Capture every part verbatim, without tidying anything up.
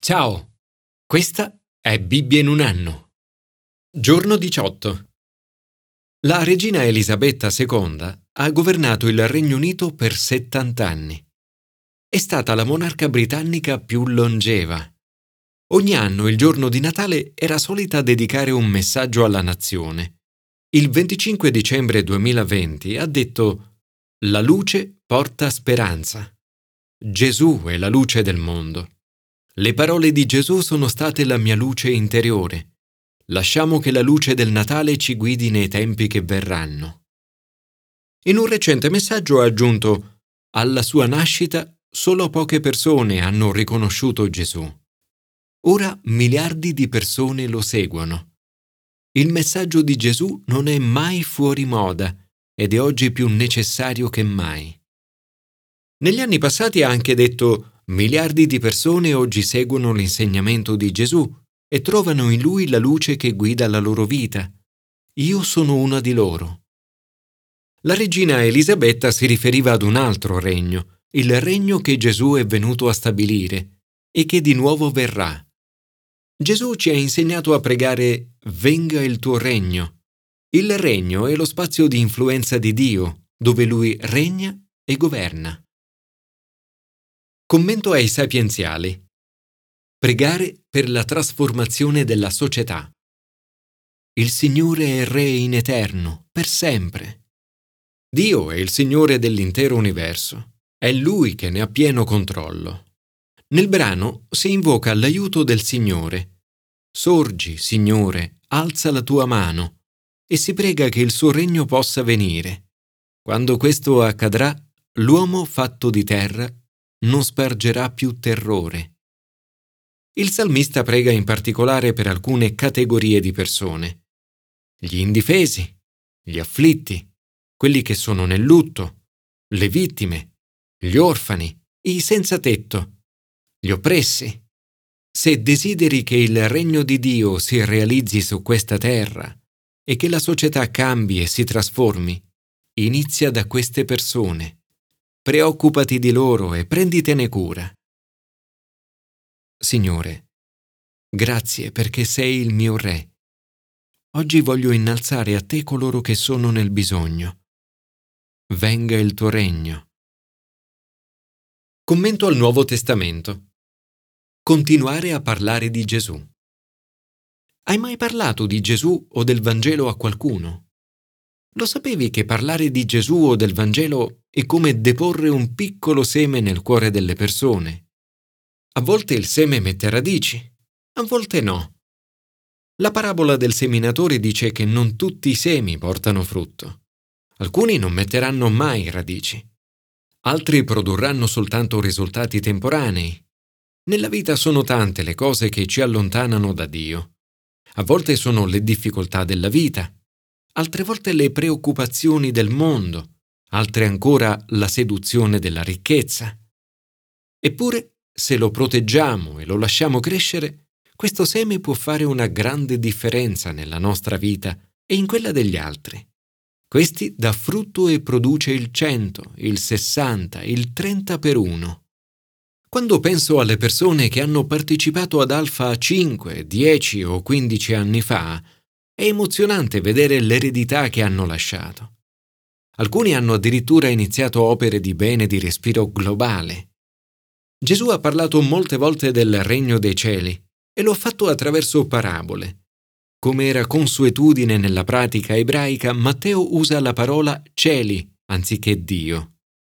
Ciao, questa è Bibbia in un anno. Giorno diciotto. La regina Elisabetta seconda ha governato il Regno Unito per settanta anni. È stata la monarca britannica più longeva. Ogni anno il giorno di Natale era solita dedicare un messaggio alla nazione. Il venticinque dicembre duemilaventi ha detto: «La luce porta speranza. Gesù è la luce del mondo. Le parole di Gesù sono state la mia luce interiore. Lasciamo che la luce del Natale ci guidi nei tempi che verranno». In un recente messaggio ha aggiunto: «Alla sua nascita solo poche persone hanno riconosciuto Gesù. Ora miliardi di persone lo seguono. Il messaggio di Gesù non è mai fuori moda ed è oggi più necessario che mai». Negli anni passati ha anche detto: «Miliardi di persone oggi seguono l'insegnamento di Gesù e trovano in lui la luce che guida la loro vita. Io sono una di loro». La regina Elisabetta si riferiva ad un altro regno, il regno che Gesù è venuto a stabilire e che di nuovo verrà. Gesù ci ha insegnato a pregare: «Venga il tuo regno». Il regno è lo spazio di influenza di Dio, dove Lui regna e governa. Commento ai sapienziali. Pregare per la trasformazione della società. Il Signore è Re in eterno, per sempre. Dio è il Signore dell'intero universo. È Lui che ne ha pieno controllo. Nel brano si invoca l'aiuto del Signore. Sorgi, Signore, alza la tua mano, e si prega che il suo regno possa venire. Quando questo accadrà, l'uomo fatto di terra non spargerà più terrore. Il salmista prega in particolare per alcune categorie di persone: gli indifesi, gli afflitti, quelli che sono nel lutto, le vittime, gli orfani, i senza tetto, gli oppressi. Se desideri che il regno di Dio si realizzi su questa terra e che la società cambi e si trasformi, inizia da queste persone. Preoccupati di loro e prenditene cura. Signore, grazie perché sei il mio Re. Oggi voglio innalzare a te coloro che sono nel bisogno. Venga il tuo regno. Commento al Nuovo Testamento. Continuare a parlare di Gesù. Hai mai parlato di Gesù o del Vangelo a qualcuno? Lo sapevi che parlare di Gesù o del Vangelo è come deporre un piccolo seme nel cuore delle persone? A volte il seme mette radici, a volte no. La parabola del seminatore dice che non tutti i semi portano frutto. Alcuni non metteranno mai radici. Altri produrranno soltanto risultati temporanei. Nella vita sono tante le cose che ci allontanano da Dio. A volte sono le difficoltà della vita, altre volte le preoccupazioni del mondo, altre ancora la seduzione della ricchezza. Eppure, se lo proteggiamo e lo lasciamo crescere, questo seme può fare una grande differenza nella nostra vita e in quella degli altri. Questi dà frutto e produce il cento, il sessanta, il trenta per uno. Quando penso alle persone che hanno partecipato ad Alpha cinque, dieci o quindici anni fa, è emozionante vedere l'eredità che hanno lasciato. Alcuni hanno addirittura iniziato opere di bene di respiro globale. Gesù ha parlato molte volte del regno dei cieli e lo ha fatto attraverso parabole. Come era consuetudine nella pratica ebraica, Matteo usa la parola cieli anziché Dio.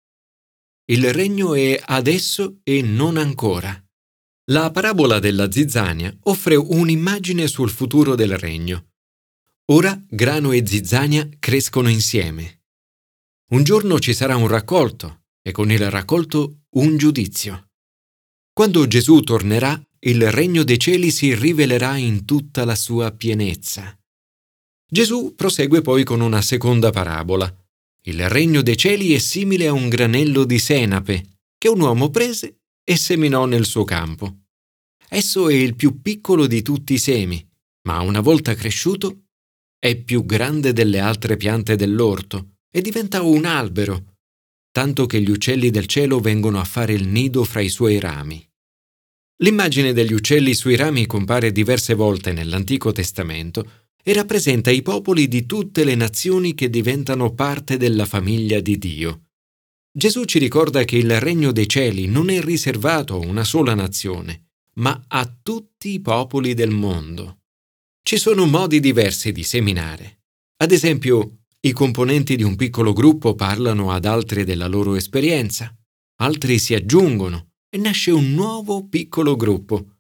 Il regno è adesso e non ancora. La parabola della zizzania offre un'immagine sul futuro del regno. Ora grano e zizzania crescono insieme. Un giorno ci sarà un raccolto e con il raccolto un giudizio. Quando Gesù tornerà, il regno dei cieli si rivelerà in tutta la sua pienezza. Gesù prosegue poi con una seconda parabola. Il regno dei cieli è simile a un granello di senape che un uomo prese e seminò nel suo campo. Esso è il più piccolo di tutti i semi, ma una volta cresciuto è più grande delle altre piante dell'orto e diventa un albero, tanto che gli uccelli del cielo vengono a fare il nido fra i suoi rami. L'immagine degli uccelli sui rami compare diverse volte nell'Antico Testamento e rappresenta i popoli di tutte le nazioni che diventano parte della famiglia di Dio. Gesù ci ricorda che il regno dei cieli non è riservato a una sola nazione, ma a tutti i popoli del mondo. Ci sono modi diversi di seminare. Ad esempio, i componenti di un piccolo gruppo parlano ad altri della loro esperienza, altri si aggiungono e nasce un nuovo piccolo gruppo.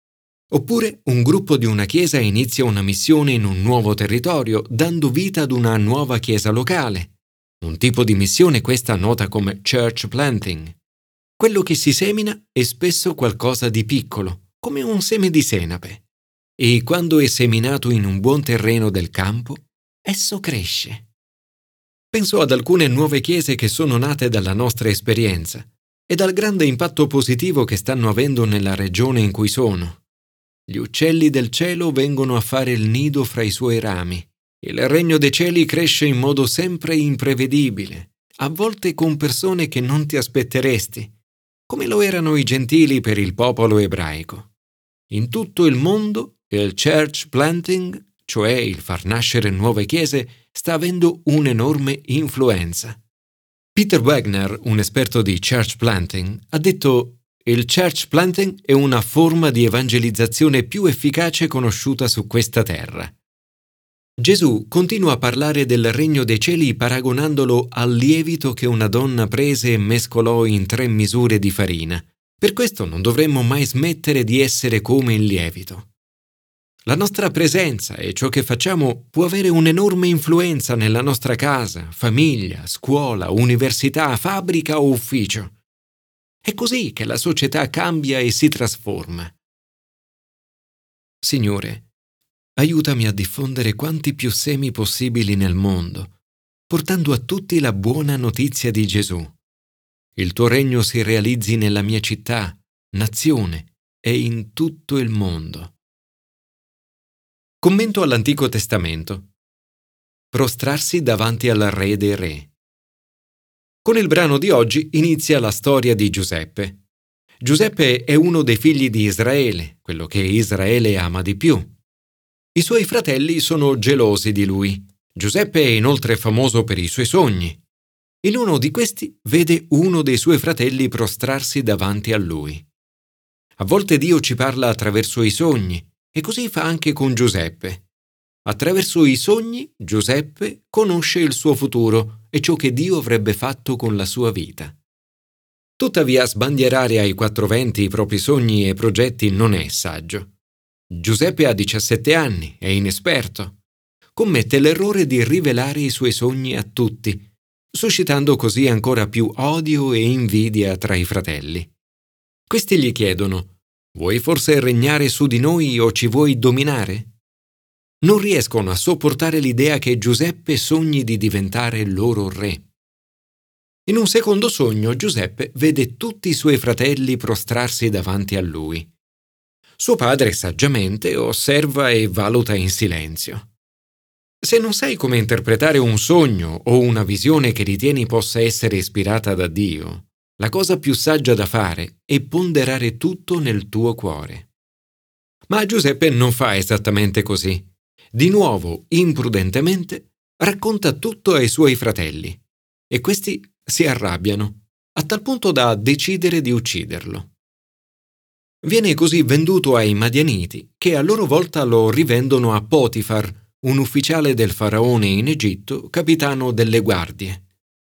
Oppure un gruppo di una chiesa inizia una missione in un nuovo territorio, dando vita ad una nuova chiesa locale. Un tipo di missione questa nota come church planting. Quello che si semina è spesso qualcosa di piccolo, come un seme di senape. E quando è seminato in un buon terreno del campo, esso cresce. Penso ad alcune nuove chiese che sono nate dalla nostra esperienza e dal grande impatto positivo che stanno avendo nella regione in cui sono. Gli uccelli del cielo vengono a fare il nido fra i suoi rami. Il regno dei cieli cresce in modo sempre imprevedibile, a volte con persone che non ti aspetteresti, come lo erano i gentili per il popolo ebraico. In tutto il mondo, il church planting, cioè il far nascere nuove chiese, sta avendo un'enorme influenza. Peter Wagner, un esperto di church planting, ha detto: il church planting è una forma di evangelizzazione più efficace conosciuta su questa terra. Gesù continua a parlare del regno dei cieli paragonandolo al lievito che una donna prese e mescolò in tre misure di farina. Per questo non dovremmo mai smettere di essere come il lievito. La nostra presenza e ciò che facciamo può avere un'enorme influenza nella nostra casa, famiglia, scuola, università, fabbrica o ufficio. È così che la società cambia e si trasforma. Signore, aiutami a diffondere quanti più semi possibili nel mondo, portando a tutti la buona notizia di Gesù. Il tuo regno si realizzi nella mia città, nazione e in tutto il mondo. Commento all'Antico Testamento. Prostrarsi davanti al Re dei Re. Con il brano di oggi inizia la storia di Giuseppe. Giuseppe è uno dei figli di Israele, quello che Israele ama di più. I suoi fratelli sono gelosi di lui. Giuseppe è inoltre famoso per i suoi sogni. In uno di questi vede uno dei suoi fratelli prostrarsi davanti a lui. A volte Dio ci parla attraverso i sogni, e così fa anche con Giuseppe. Attraverso i sogni, Giuseppe conosce il suo futuro e ciò che Dio avrebbe fatto con la sua vita. Tuttavia, sbandierare ai quattro venti i propri sogni e progetti non è saggio. Giuseppe ha diciassette anni, è inesperto. Commette l'errore di rivelare i suoi sogni a tutti, suscitando così ancora più odio e invidia tra i fratelli. Questi gli chiedono: vuoi forse regnare su di noi o ci vuoi dominare? Non riescono a sopportare l'idea che Giuseppe sogni di diventare loro re. In un secondo sogno Giuseppe vede tutti i suoi fratelli prostrarsi davanti a lui. Suo padre saggiamente osserva e valuta in silenzio. Se non sai come interpretare un sogno o una visione che ritieni possa essere ispirata da Dio, la cosa più saggia da fare è ponderare tutto nel tuo cuore. Ma Giuseppe non fa esattamente così. Di nuovo, imprudentemente, racconta tutto ai suoi fratelli e questi si arrabbiano, a tal punto da decidere di ucciderlo. Viene così venduto ai Madianiti, che a loro volta lo rivendono a Potifar, un ufficiale del faraone in Egitto, capitano delle guardie.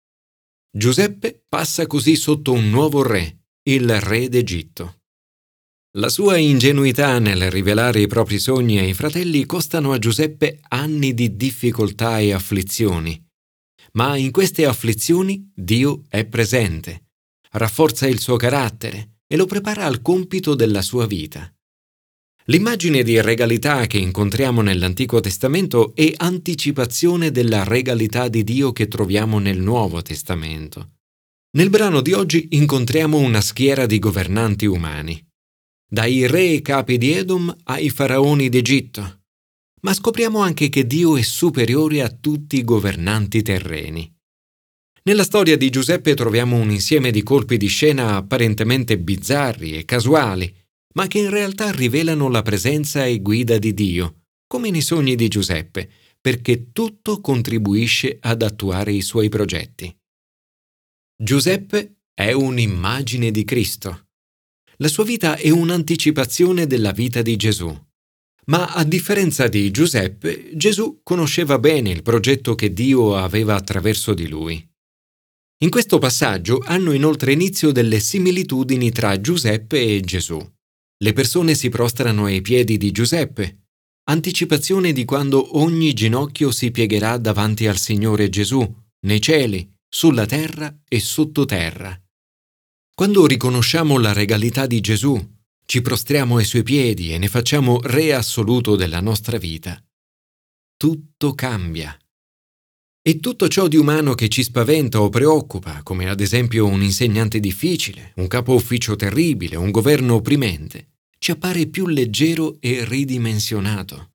Giuseppe passa così sotto un nuovo re, il re d'Egitto. La sua ingenuità nel rivelare i propri sogni ai fratelli costano a Giuseppe anni di difficoltà e afflizioni. Ma in queste afflizioni Dio è presente, rafforza il suo carattere e lo prepara al compito della sua vita. L'immagine di regalità che incontriamo nell'Antico Testamento è anticipazione della regalità di Dio che troviamo nel Nuovo Testamento. Nel brano di oggi incontriamo una schiera di governanti umani, dai re e capi di Edom ai faraoni d'Egitto, ma scopriamo anche che Dio è superiore a tutti i governanti terreni. Nella storia di Giuseppe troviamo un insieme di colpi di scena apparentemente bizzarri e casuali, ma che in realtà rivelano la presenza e guida di Dio, come nei sogni di Giuseppe, perché tutto contribuisce ad attuare i suoi progetti. Giuseppe è un'immagine di Cristo. La sua vita è un'anticipazione della vita di Gesù. Ma a differenza di Giuseppe, Gesù conosceva bene il progetto che Dio aveva attraverso di lui. In questo passaggio hanno inoltre inizio delle similitudini tra Giuseppe e Gesù. Le persone si prostrano ai piedi di Giuseppe, anticipazione di quando ogni ginocchio si piegherà davanti al Signore Gesù, nei cieli, sulla terra e sottoterra. Quando riconosciamo la regalità di Gesù, ci prostriamo ai suoi piedi e ne facciamo re assoluto della nostra vita. Tutto cambia. E tutto ciò di umano che ci spaventa o preoccupa, come ad esempio un insegnante difficile, un capo ufficio terribile, un governo opprimente, ci appare più leggero e ridimensionato.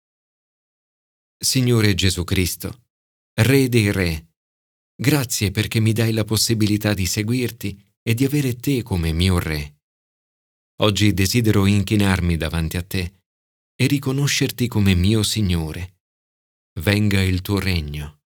Signore Gesù Cristo, Re dei Re, grazie perché mi dai la possibilità di seguirti e di avere te come mio Re. Oggi desidero inchinarmi davanti a te e riconoscerti come mio Signore. Venga il tuo regno.